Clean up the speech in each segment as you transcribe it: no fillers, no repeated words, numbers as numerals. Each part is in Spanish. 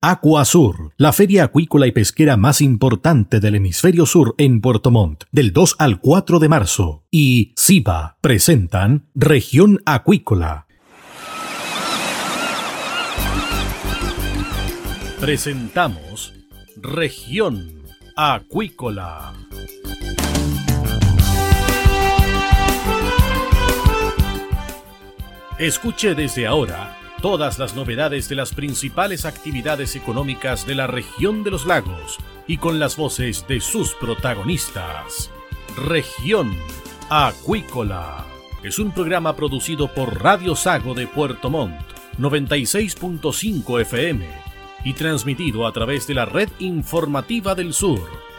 Aquasur, la feria acuícola y pesquera más importante del hemisferio sur en Puerto Montt, del 2 al 4 de marzo. Y SIVA presentan Región Acuícola. Presentamos Región Acuícola. Escuche desde ahora todas las novedades de las principales actividades económicas de la región de los lagos y con las voces de sus protagonistas. Región Acuícola es un programa producido por Radio Sago de Puerto Montt, 96.5 FM y transmitido a través de la Red Informativa del Sur.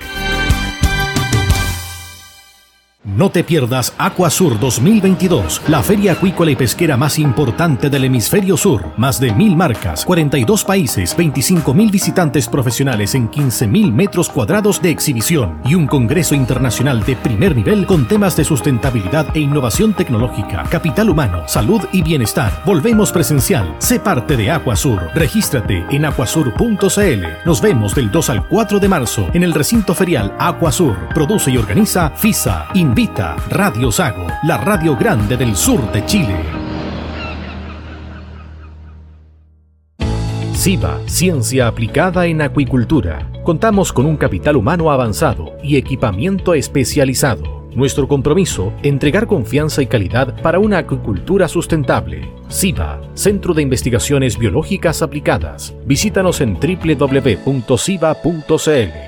No te pierdas Aquasur 2022, la feria acuícola y pesquera más importante del hemisferio sur. Más de 1.000 marcas, 42 países, 25.000 visitantes profesionales en 15.000 metros cuadrados de exhibición y un congreso internacional de primer nivel con temas de sustentabilidad e innovación tecnológica, capital humano, salud y bienestar. Volvemos presencial. Sé parte de Aquasur. Regístrate en aquasur.cl. Nos vemos del 2 al 4 de marzo en el recinto ferial Aquasur. Produce y organiza FISA. Invita Radio Sago, la radio grande del sur de Chile. SIVA, Ciencia Aplicada en Acuicultura. Contamos con un capital humano avanzado y equipamiento especializado. Nuestro compromiso, entregar confianza y calidad para una acuicultura sustentable. SIVA, Centro de Investigaciones Biológicas Aplicadas. Visítanos en www.siva.cl.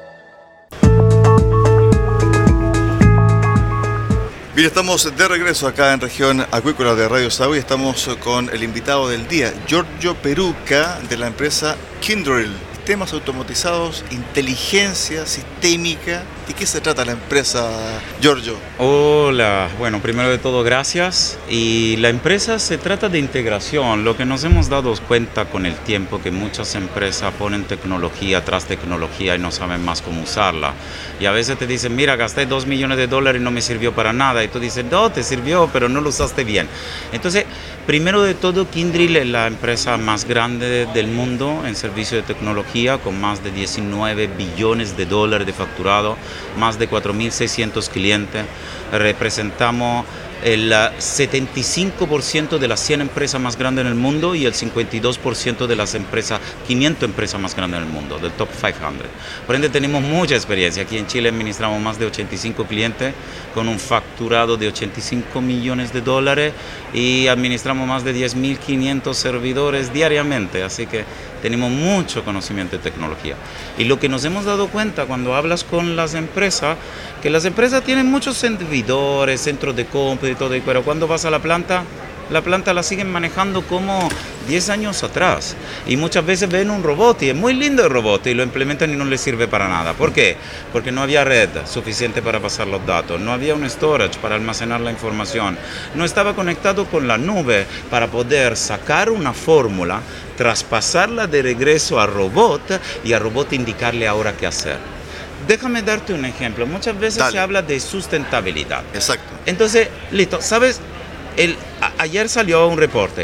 Bien, estamos de regreso acá en Región Acuícola de Radio Sago y estamos con el invitado del día, Giorgio Peruca, de la empresa Kyndryl. Sistemas automatizados, inteligencia sistémica. ¿De qué se trata la empresa, Giorgio? Hola, bueno, primero de todo, gracias. Y la empresa se trata de integración. Lo que nos hemos dado cuenta con el tiempo que muchas empresas ponen tecnología tras tecnología y no saben más cómo usarla. Y a veces te dicen, mira, gasté $2 millones y no me sirvió para nada. Y tú dices, no, te sirvió, pero no lo usaste bien. Entonces, primero de todo, Kyndryl es la empresa más grande del mundo en servicio de tecnología, con más de $19 billones de facturado, más de 4.600 clientes. Representamos el 75% de las 100 empresas más grandes en el mundo y el 52% de las 500 empresas más grandes en el mundo, del top 500. Por ende, tenemos mucha experiencia. Aquí en Chile administramos más de 85 clientes con un facturado de $85 millones y administramos más de 10.500 servidores diariamente. Así que tenemos mucho conocimiento de tecnología. Y lo que nos hemos dado cuenta cuando hablas con las empresas, que las empresas tienen muchos servidores, centros de compra y todo, pero cuando vas a la planta la siguen manejando como 10 años atrás. Y muchas veces ven un robot y es muy lindo el robot y lo implementan y no les sirve para nada. ¿Por qué? Porque no había red suficiente para pasar los datos, no había un storage para almacenar la información, no estaba conectado con la nube para poder sacar una fórmula, traspasarla de regreso al robot y al robot indicarle ahora qué hacer. Déjame darte un ejemplo. Muchas veces se habla de sustentabilidad. Exacto. Entonces, listo, ¿sabes? Ayer salió un reporte,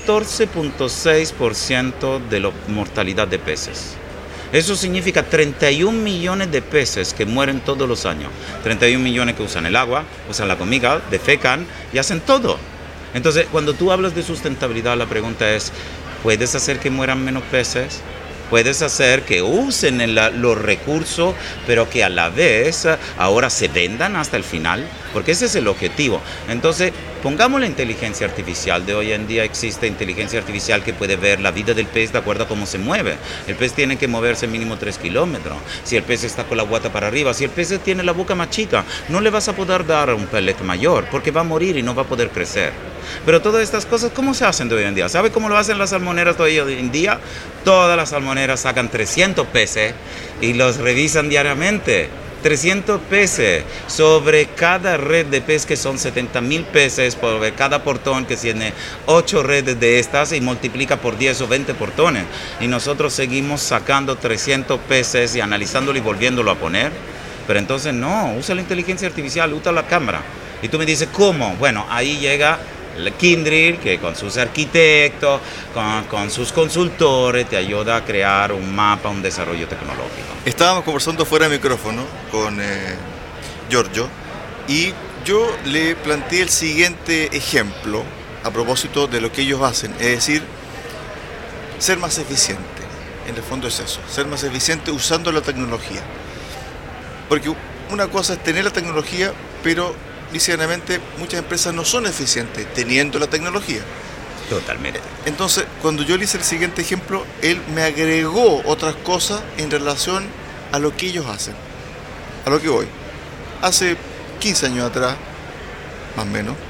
14.6% de la mortalidad de peces. Eso significa 31 millones de peces que mueren todos los años. 31 millones que usan el agua, usan la comida, defecan y hacen todo. Entonces, cuando tú hablas de sustentabilidad, la pregunta es, ¿puedes hacer que mueran menos peces? Puedes hacer que usen los recursos, pero que a la vez ahora se vendan hasta el final, porque ese es el objetivo. Entonces, pongamos la inteligencia artificial. De hoy en día existe inteligencia artificial que puede ver la vida del pez de acuerdo a cómo se mueve. El pez tiene que moverse mínimo 3 kilómetros. Si el pez está con la guata para arriba, si el pez tiene la boca más chica, no le vas a poder dar un pellet mayor, porque va a morir y no va a poder crecer. Pero todas estas cosas, ¿cómo se hacen de hoy en día? ¿Sabe cómo lo hacen las salmoneras de hoy en día? Todas las salmoneras sacan 300 peces y los revisan diariamente. 300 peces sobre cada red de pez, que son 70.000 peces por cada portón, que tiene 8 redes de estas y multiplica por 10 o 20 portones. Y nosotros seguimos sacando 300 peces y analizándolo y volviéndolo a poner. Pero entonces no, usa la inteligencia artificial, usa la cámara. Y tú me dices, ¿cómo? Bueno, ahí llega el Kyndryl, que con sus arquitectos, con sus consultores, te ayuda a crear un mapa, un desarrollo tecnológico. Estábamos conversando fuera de micrófono con Giorgio y yo le planteé el siguiente ejemplo a propósito de lo que ellos hacen, es decir, ser más eficiente. En el fondo es eso, ser más eficiente usando la tecnología. Porque una cosa es tener la tecnología, pero lícitamente muchas empresas no son eficientes teniendo la tecnología. Totalmente. Entonces, cuando yo le hice el siguiente ejemplo, él me agregó otras cosas en relación a lo que ellos hacen. A lo que voy. Hace 15 años atrás, más o menos,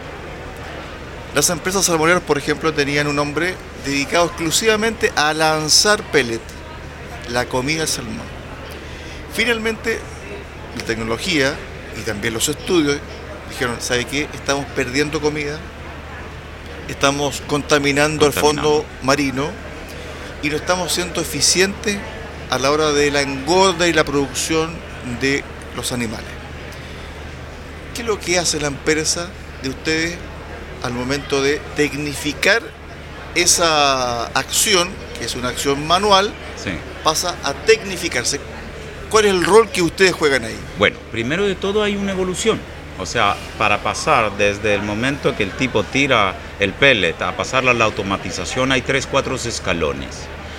las empresas salmoneras, por ejemplo, tenían un hombre dedicado exclusivamente a lanzar pellet, la comida del salmón. Finalmente, la tecnología y también los estudios dijeron, ¿sabe qué? Estamos perdiendo comida, estamos contaminando el fondo marino y no estamos siendo eficientes a la hora de la engorda y la producción de los animales. ¿Qué es lo que hace la empresa de ustedes al momento de tecnificar esa acción, que es una acción manual, sí, pasa a tecnificarse? ¿Cuál es el rol que ustedes juegan ahí? Bueno, primero de todo hay una evolución. O sea, para pasar desde el momento que el tipo tira el pellet a pasarla a la automatización hay 3-4 escalones.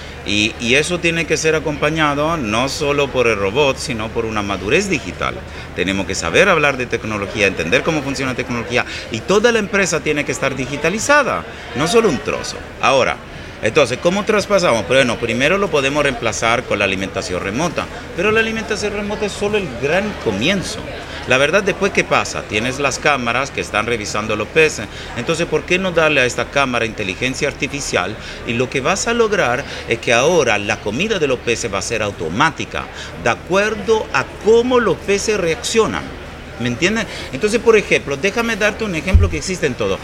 Y eso tiene que ser acompañado no solo por el robot, sino por una madurez digital. Tenemos que saber hablar de tecnología, entender cómo funciona la tecnología y toda la empresa tiene que estar digitalizada, no solo un trozo. Ahora, entonces, ¿cómo traspasamos? Bueno, primero lo podemos reemplazar con la alimentación remota, pero la alimentación remota es solo el gran comienzo. La verdad, después, ¿qué pasa? Tienes las cámaras que están revisando los peces, entonces, ¿por qué no darle a esta cámara inteligencia artificial? Y lo que vas a lograr es que ahora la comida de los peces va a ser automática, de acuerdo a cómo los peces reaccionan. ¿Me entienden? Entonces, por ejemplo, déjame darte un ejemplo que existe en todo.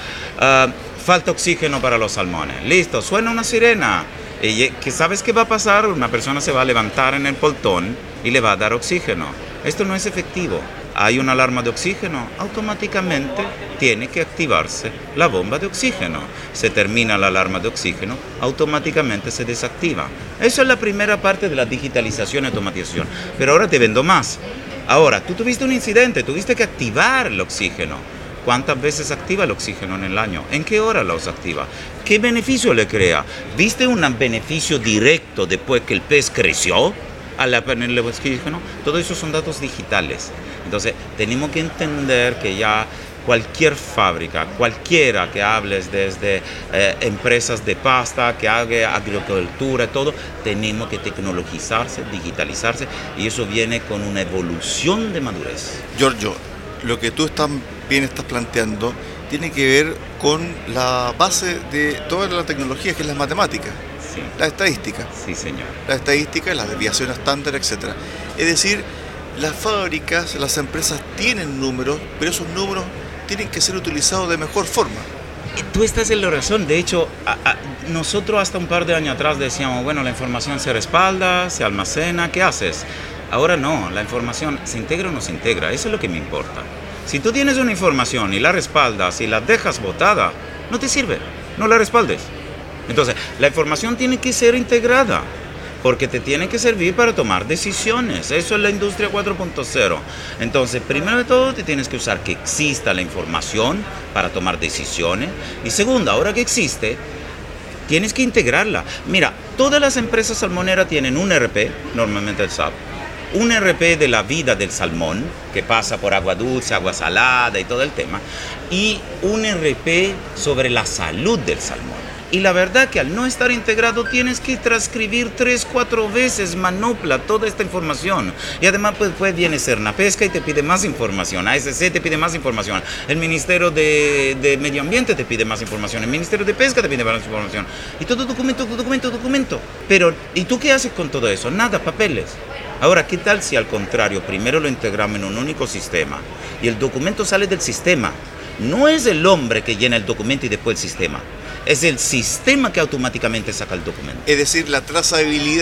Falta oxígeno para los salmones. Listo, suena una sirena. ¿Que sabes qué va a pasar? Una persona se va a levantar en el portón y le va a dar oxígeno. Esto no es efectivo. Hay una alarma de oxígeno, automáticamente tiene que activarse la bomba de oxígeno. Se termina la alarma de oxígeno, automáticamente se desactiva. Eso es la primera parte de la digitalización y automatización. Pero ahora te vendo más. Ahora, tú tuviste un incidente, tuviste que activar el oxígeno. ¿Cuántas veces activa el oxígeno en el año? ¿En qué hora los activa? ¿Qué beneficio le crea? ¿Viste un beneficio directo después que el pez creció al ponerle oxígeno? Todo eso son datos digitales. Entonces, tenemos que entender que ya cualquier fábrica, cualquiera que hables desde empresas de pasta, que haga agricultura, todo, tenemos que tecnologizarse, digitalizarse, y eso viene con una evolución de madurez. Giorgio, lo que tú bien estás planteando tiene que ver con la base de toda la tecnología, que es la matemática, Sí. la estadística. Sí, señor. La estadística, la desviación estándar, etc. Es decir, las fábricas, las empresas tienen números, pero esos números tienen que ser utilizados de mejor forma. Tú estás en la razón. De hecho, nosotros hasta un par de años atrás decíamos, bueno, la información se respalda, se almacena, ¿qué haces? Ahora no, la información se integra o no se integra, eso es lo que me importa. Si tú tienes una información y la respaldas y la dejas botada, no te sirve, no la respaldes. Entonces, la información tiene que ser integrada, porque te tiene que servir para tomar decisiones. Eso es la industria 4.0. Entonces, primero de todo, te tienes que usar que exista la información para tomar decisiones. Y segundo, ahora que existe, tienes que integrarla. Mira, todas las empresas salmoneras tienen un ERP, normalmente el SAP, un ERP de la vida del salmón, que pasa por agua dulce, agua salada y todo el tema, y un ERP sobre la salud del salmón. Y la verdad que al no estar integrado tienes que transcribir 3-4 veces manopla toda esta información. Y además pues viene Cernapesca y te pide más información, ASC te pide más información, el Ministerio de Medio Ambiente te pide más información, el Ministerio de Pesca te pide más información. Y todo documento. Pero, ¿y tú qué haces con todo eso? Nada, papeles. Ahora, ¿qué tal si al contrario, primero lo integramos en un único sistema y el documento sale del sistema? No es el hombre que llena el documento y después el sistema. Es el sistema que automáticamente saca el documento. Es decir, la trazabilidad.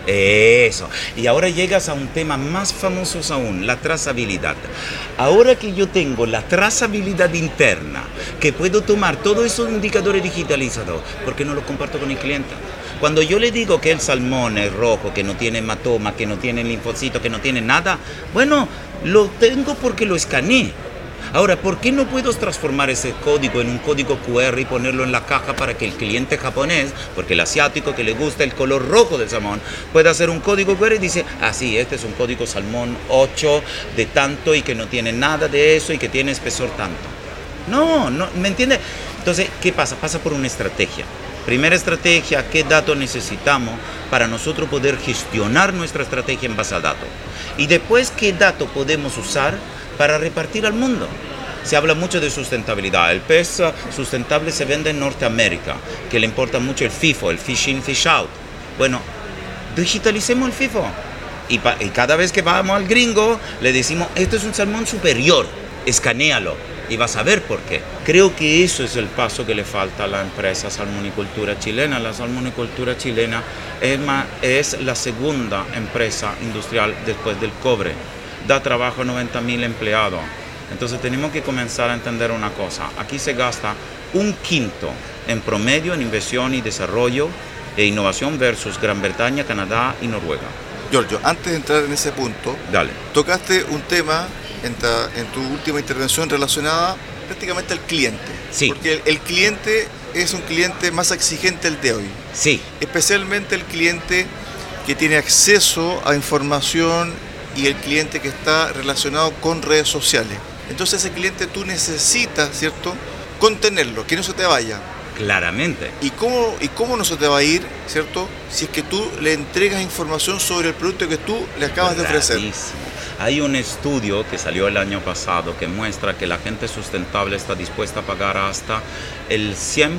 Eso. Y ahora llegas a un tema más famoso aún, la trazabilidad. Ahora que yo tengo la trazabilidad interna, que puedo tomar todos esos indicadores digitalizados, ¿por qué no los comparto con el cliente? Cuando yo le digo que el salmón es rojo, que no tiene hematoma, que no tiene linfocitos, que no tiene nada, bueno, lo tengo porque lo escaneé. Ahora, ¿por qué no puedo transformar ese código en un código QR y ponerlo en la caja para que el cliente japonés, porque el asiático que le gusta el color rojo del salmón, pueda hacer un código QR y dice, sí, este es un código salmón 8 de tanto y que no tiene nada de eso y que tiene espesor tanto? No, ¿me entiende? Entonces, ¿qué pasa? Pasa por una estrategia. Primera estrategia, ¿qué datos necesitamos para nosotros poder gestionar nuestra estrategia en base a datos? Y después, ¿qué datos podemos usar para repartir al mundo? Se habla mucho de sustentabilidad. El pez sustentable se vende en Norteamérica, que le importa mucho el FIFO, el Fish In, Fish Out. Bueno, digitalicemos el FIFO. Y cada vez que vamos al gringo, le decimos, esto es un salmón superior, escanéalo. Y vas a ver por qué. Creo que eso es el paso que le falta a la empresa Salmonicultura Chilena. La salmonicultura chilena es la segunda empresa industrial después del cobre. Da trabajo a 90.000 empleados. Entonces tenemos que comenzar a entender una cosa. Aquí se gasta 1/5 en promedio en inversión y desarrollo e innovación versus Gran Bretaña, Canadá y Noruega. Giorgio, antes de entrar en ese punto, Dale. Tocaste un tema en tu última intervención relacionada prácticamente al cliente. Sí. Porque el cliente es un cliente más exigente el de hoy. Sí. Especialmente el cliente que tiene acceso a información y el cliente que está relacionado con redes sociales. Entonces ese cliente tú necesitas, ¿cierto?, contenerlo, que no se te vaya. Claramente. ¿Y cómo no se te va a ir, ¿cierto?, si es que tú le entregas información sobre el producto que tú le acabas de ofrecer? Hay un estudio que salió el año pasado que muestra que la gente sustentable está dispuesta a pagar hasta el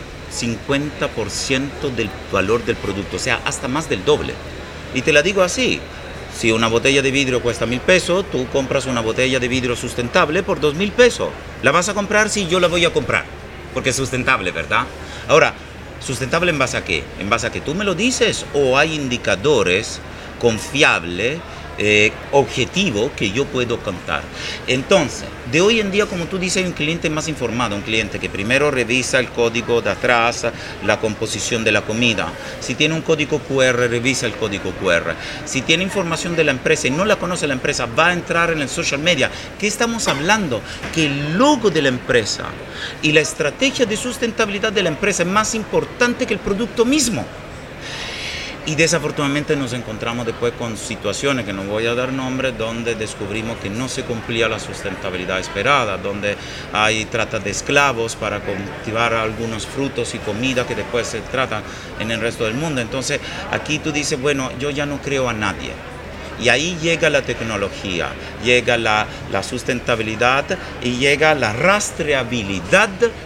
150% del valor del producto, o sea, hasta más del doble. Y te la digo así, si una botella de vidrio cuesta 1.000 pesos, tú compras una botella de vidrio sustentable por 2.000 pesos. ¿La vas a comprar? Sí, yo la voy a comprar, porque es sustentable, ¿verdad? Ahora, ¿sustentable en base a qué? En base a que tú me lo dices o hay indicadores confiables, objetivo que yo puedo contar. Entonces, de hoy en día, como tú dices, hay un cliente más informado, un cliente que primero revisa el código de atrás, la composición de la comida. Si tiene un código QR, revisa el código QR. Si tiene información de la empresa y no la conoce la empresa, va a entrar en el social media. ¿Qué estamos hablando? Que el logo de la empresa y la estrategia de sustentabilidad de la empresa es más importante que el producto mismo. Y desafortunadamente nos encontramos después con situaciones, que no voy a dar nombres, donde descubrimos que no se cumplía la sustentabilidad esperada, donde hay trata de esclavos para cultivar algunos frutos y comida que después se tratan en el resto del mundo. Entonces aquí tú dices, bueno, yo ya no creo a nadie. Y ahí llega la tecnología, llega la sustentabilidad y llega la rastreabilidad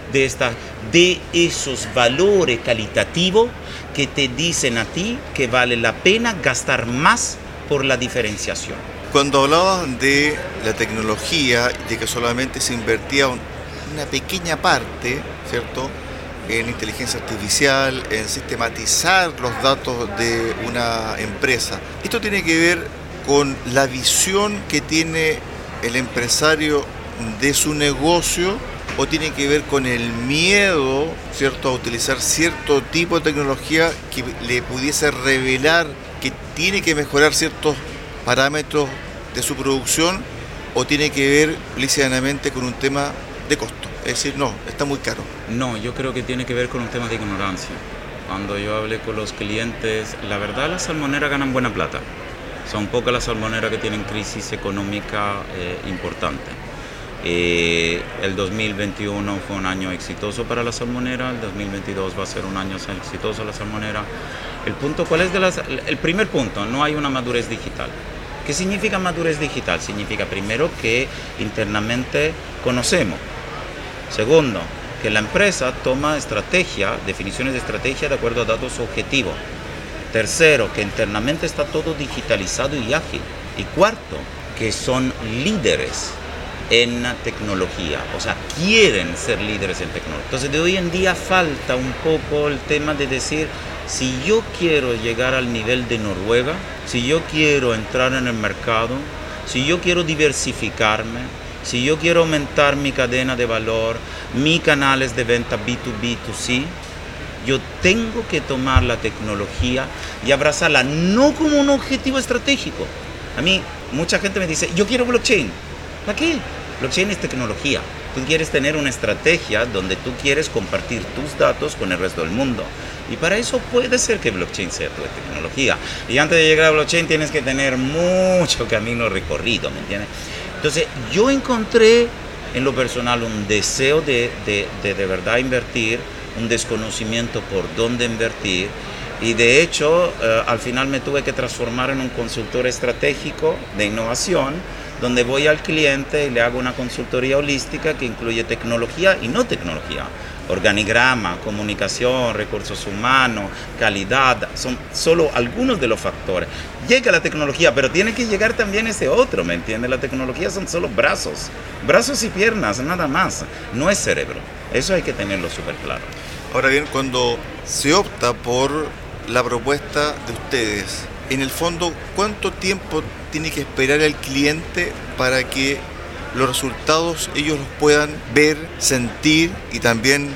de esos valores calitativos que te dicen a ti que vale la pena gastar más por la diferenciación. Cuando hablabas de la tecnología, de que solamente se invertía una pequeña parte, ¿cierto?, en inteligencia artificial, en sistematizar los datos de una empresa. Esto tiene que ver con la visión que tiene el empresario de su negocio, o tiene que ver con el miedo, ¿cierto?, a utilizar cierto tipo de tecnología que le pudiese revelar que tiene que mejorar ciertos parámetros de su producción, o tiene que ver lícitamente con un tema de costo. Es decir, no, está muy caro. No, yo creo que tiene que ver con un tema de ignorancia. Cuando yo hablé con los clientes, la verdad las salmoneras ganan buena plata. Son pocas las salmoneras que tienen crisis económica importante. El 2021 fue un año exitoso para la salmonera, el 2022 va a ser un año exitoso para la salmonera. El punto, ¿cuál es el primer punto? No hay una madurez digital. ¿Qué significa madurez digital? Significa primero que internamente conocemos. Segundo, que la empresa toma definiciones de estrategia de acuerdo a datos objetivos. Tercero, que internamente está todo digitalizado y ágil. Y cuarto, que son líderes en tecnología, o sea, quieren ser líderes en tecnología. Entonces, de hoy en día falta un poco el tema de decir, si yo quiero llegar al nivel de Noruega, si yo quiero entrar en el mercado, si yo quiero diversificarme, si yo quiero aumentar mi cadena de valor, mis canales de venta B2B, B2C, yo tengo que tomar la tecnología y abrazarla, no como un objetivo estratégico. A mí, mucha gente me dice, yo quiero blockchain. ¿Para qué? Blockchain es tecnología. Tú quieres tener una estrategia donde tú quieres compartir tus datos con el resto del mundo. Y para eso puede ser que blockchain sea tu tecnología. Y antes de llegar a blockchain tienes que tener mucho camino recorrido, ¿me entiendes? Entonces, yo encontré en lo personal un deseo de verdad invertir, un desconocimiento por dónde invertir. Y de hecho, al final me tuve que transformar en un consultor estratégico de innovación, donde voy al cliente y le hago una consultoría holística que incluye tecnología y no tecnología. Organigrama, comunicación, recursos humanos, calidad, son solo algunos de los factores. Llega la tecnología, pero tiene que llegar también ese otro, ¿me entiendes? La tecnología son solo brazos y piernas, nada más, no es cerebro. Eso hay que tenerlo súper claro. Ahora bien, cuando se opta por la propuesta de ustedes, en el fondo, ¿cuánto tiempo tiene que esperar el cliente para que los resultados ellos los puedan ver, sentir y también...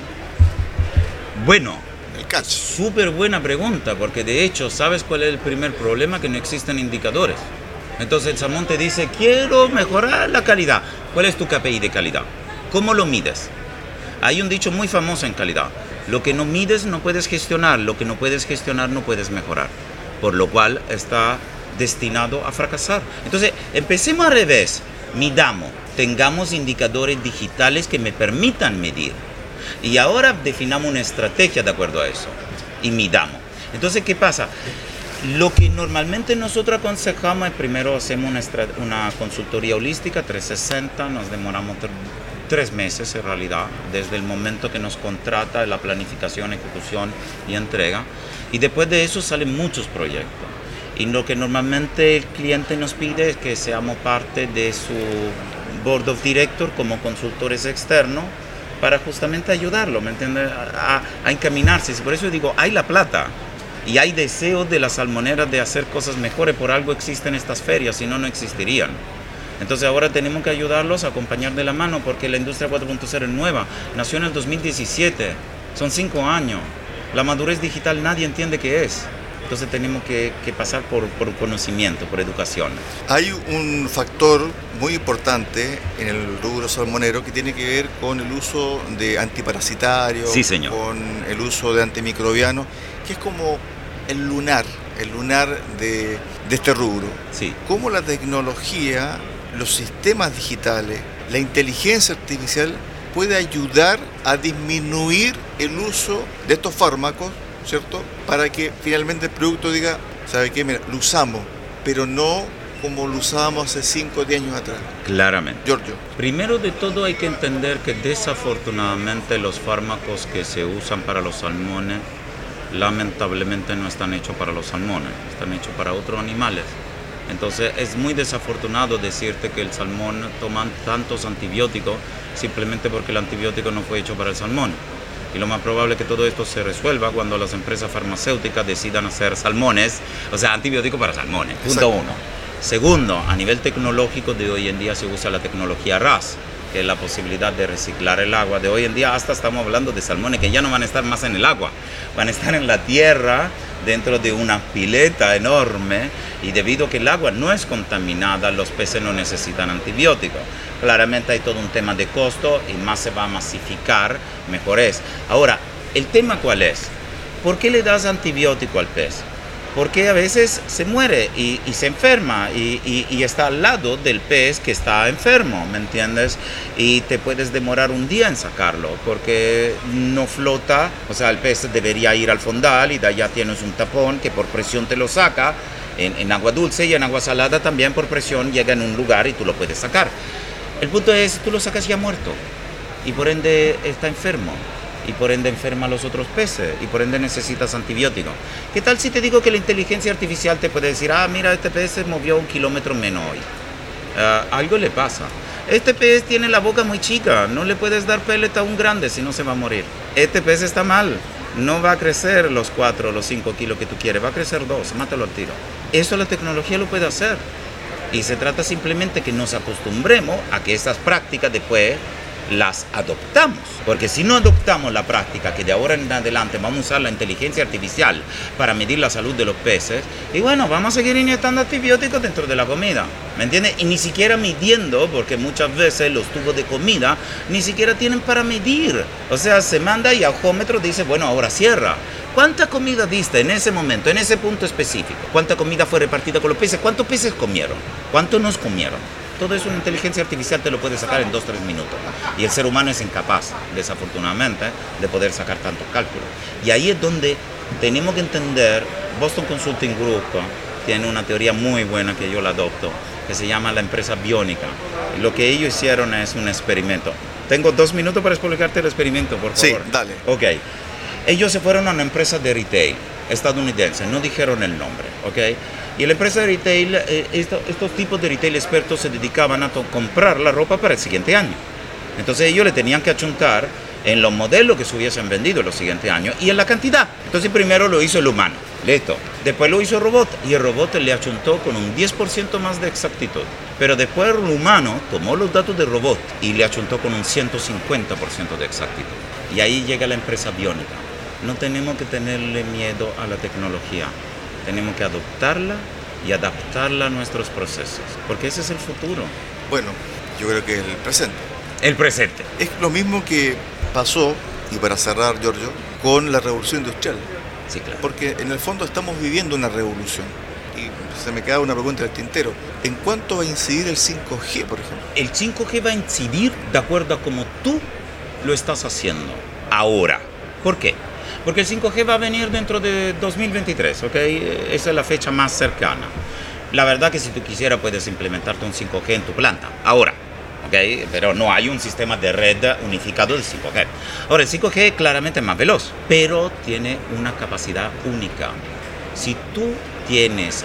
Bueno, el catch? Súper buena pregunta, porque de hecho, ¿sabes cuál es el primer problema? Que no existen indicadores. Entonces el salmón te dice, quiero mejorar la calidad. ¿Cuál es tu KPI de calidad? ¿Cómo lo mides? Hay un dicho muy famoso en calidad. Lo que no mides no puedes gestionar, lo que no puedes gestionar no puedes mejorar. Por lo cual está destinado a fracasar. Entonces, empecemos al revés. Midamos, tengamos indicadores digitales que me permitan medir. Y ahora definamos una estrategia de acuerdo a eso. Y midamos. Entonces, ¿qué pasa? Lo que normalmente nosotros aconsejamos es primero hacemos una consultoría holística 360, nos demoramos 3 meses en realidad, desde el momento que nos contrata, la planificación, ejecución y entrega. Y después de eso salen muchos proyectos. Y lo que normalmente el cliente nos pide es que seamos parte de su board of directors como consultores externos para justamente ayudarlo, ¿me entiendes? A encaminarse. Por eso digo, hay la plata y hay deseos de las salmoneras de hacer cosas mejores. Por algo existen estas ferias, si no, no existirían. Entonces ahora tenemos que ayudarlos a acompañar de la mano porque la industria 4.0 es nueva. Nació en el 2017, son 5 años. La madurez digital nadie entiende qué es. Entonces tenemos que pasar por conocimiento, por educación. Hay un factor muy importante en el rubro salmonero que tiene que ver con el uso de antiparasitarios, sí, señor, con el uso de antimicrobianos, que es como el lunar de este rubro. Sí. Cómo la tecnología, los sistemas digitales, la inteligencia artificial puede ayudar a disminuir el uso de estos fármacos, ¿cierto? Para que finalmente el producto diga, ¿sabe qué? Mira, lo usamos, pero no como lo usábamos hace 5 o 10 años atrás. Claramente. Giorgio. Primero de todo hay que entender que desafortunadamente los fármacos que se usan para los salmones lamentablemente no están hechos para los salmones, están hechos para otros animales. Entonces es muy desafortunado decirte que el salmón toma tantos antibióticos simplemente porque el antibiótico no fue hecho para el salmón. Y lo más probable es que todo esto se resuelva cuando las empresas farmacéuticas decidan hacer salmones, o sea, antibióticos para salmones. Punto 1. Segundo, a nivel tecnológico de hoy en día se usa la tecnología RAS, que es la posibilidad de reciclar el agua. De hoy en día hasta estamos hablando de salmones que ya no van a estar más en el agua, van a estar en la tierra, dentro de una pileta enorme, y debido a que el agua no es contaminada, los peces no necesitan antibióticos. Claramente hay todo un tema de costo y más se va a masificar, mejor es. Ahora, ¿el tema cuál es? ¿Por qué le das antibiótico al pez? Porque a veces se muere y se enferma y está al lado del pez que está enfermo, ¿me entiendes? Y te puedes demorar un día en sacarlo porque no flota, o sea, el pez debería ir al fondal y de allá tienes un tapón que por presión te lo saca en agua dulce, y en agua salada también por presión llega en un lugar y tú lo puedes sacar. El punto es, tú lo sacas ya muerto y por ende está enfermo. Y por ende enferma a los otros peces, y por ende necesitas antibióticos. ¿Qué tal si te digo que la inteligencia artificial te puede decir, mira, este pez se movió 1 kilómetro menos hoy? Algo le pasa. Este pez tiene la boca muy chica, no le puedes dar pellet a un grande, si no se va a morir. Este pez está mal, no va a crecer los 4 o los 5 kilos que tú quieres, va a crecer 2, mátalo al tiro. Eso la tecnología lo puede hacer. Y se trata simplemente que nos acostumbremos a que estas prácticas después las adoptamos. Porque si no adoptamos la práctica que de ahora en adelante vamos a usar la inteligencia artificial para medir la salud de los peces, y bueno, vamos a seguir inyectando antibióticos dentro de la comida, ¿me entiendes? Y ni siquiera midiendo, porque muchas veces los tubos de comida ni siquiera tienen para medir. O sea, se manda y ajómetro dice, bueno, ahora cierra. ¿Cuánta comida diste en ese momento, en ese punto específico? ¿Cuánta comida fue repartida con los peces? ¿Cuántos peces comieron? ¿Cuántos nos comieron? Todo eso una inteligencia artificial te lo puede sacar en 2-3 minutos. Y el ser humano es incapaz, desafortunadamente, de poder sacar tantos cálculos. Y ahí es donde tenemos que entender, Boston Consulting Group tiene una teoría muy buena que yo la adopto, que se llama la empresa biónica. Y lo que ellos hicieron es un experimento. Tengo 2 minutos para explicarte el experimento, por favor. Sí, dale. Ok. Ellos se fueron a una empresa de retail estadounidense, no dijeron el nombre, ¿ok? Y la empresa de retail, estos tipos de retail expertos se dedicaban a comprar la ropa para el siguiente año. Entonces ellos le tenían que achuntar en los modelos que se hubiesen vendido los siguientes años y en la cantidad. Entonces primero lo hizo el humano, listo. Después lo hizo el robot y el robot le achuntó con un 10% más de exactitud. Pero después el humano tomó los datos del robot y le achuntó con un 150% de exactitud. Y ahí llega la empresa biónica. No tenemos que tenerle miedo a la tecnología. Tenemos que adoptarla y adaptarla a nuestros procesos, porque ese es el futuro. Bueno, yo creo que el presente. El presente. Es lo mismo que pasó, y para cerrar, Giorgio, con la revolución industrial. Sí, claro. Porque en el fondo estamos viviendo una revolución. Y se me queda una pregunta en el tintero. ¿En cuánto va a incidir el 5G, por ejemplo? El 5G va a incidir de acuerdo a cómo tú lo estás haciendo ahora. ¿Por qué? Porque el 5G va a venir dentro de 2023, ¿ok? Esa es la fecha más cercana. La verdad que si tú quisieras puedes implementarte un 5G en tu planta, ahora, ¿ok? Pero no hay un sistema de red unificado de 5G. Ahora, el 5G claramente es más veloz, pero tiene una capacidad única. Si tú tienes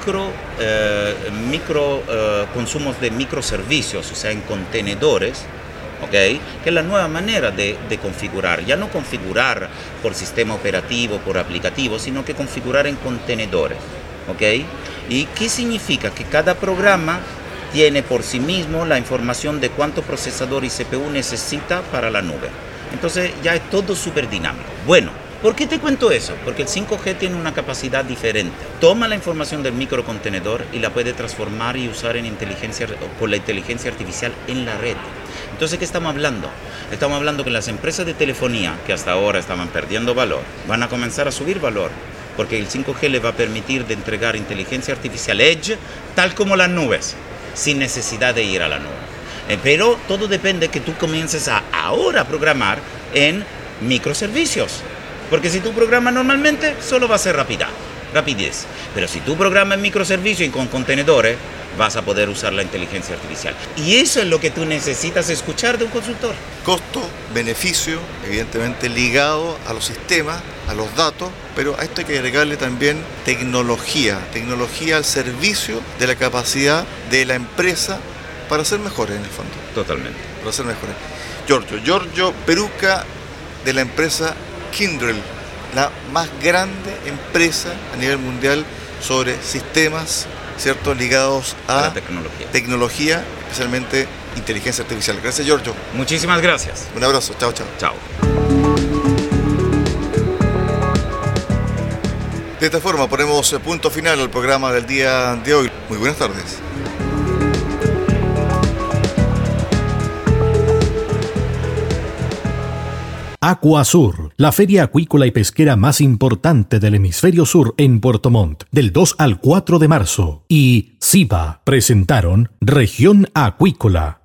consumos de microservicios, o sea, en contenedores, ¿okay? Que es la nueva manera de configurar, ya no configurar por sistema operativo, por aplicativo, sino que configurar en contenedores, ¿okay? ¿Y qué significa? Que cada programa tiene por sí mismo la información de cuánto procesador y CPU necesita para la nube. Entonces ya es todo súper dinámico. Bueno, ¿por qué te cuento eso? Porque el 5G tiene una capacidad diferente. Toma la información del microcontenedor y la puede transformar y usar con la inteligencia artificial en la red. Entonces, ¿qué estamos hablando? Estamos hablando que las empresas de telefonía, que hasta ahora estaban perdiendo valor, van a comenzar a subir valor, porque el 5G les va a permitir de entregar inteligencia artificial edge, tal como las nubes, sin necesidad de ir a la nube. Pero todo depende que tú comiences a ahora programar en microservicios. Porque si tú programas normalmente, solo va a ser rapidez. Pero si tú programas en microservicios y con contenedores, vas a poder usar la inteligencia artificial. Y eso es lo que tú necesitas escuchar de un consultor. Costo, beneficio, evidentemente ligado a los sistemas, a los datos, pero a esto hay que agregarle también tecnología al servicio de la capacidad de la empresa para ser mejores en el fondo. Totalmente. Para ser mejores. Giorgio Peruca, de la empresa Kyndryl, la más grande empresa a nivel mundial sobre sistemas, ¿cierto?, ligados a la tecnología, especialmente inteligencia artificial. Gracias, Giorgio. Muchísimas gracias. Un abrazo. Chao, chao. Chao. De esta forma ponemos punto final al programa del día de hoy. Muy buenas tardes. Aquasur, la feria acuícola y pesquera más importante del hemisferio sur en Puerto Montt, del 2 al 4 de marzo. Y SIBA presentaron Región Acuícola.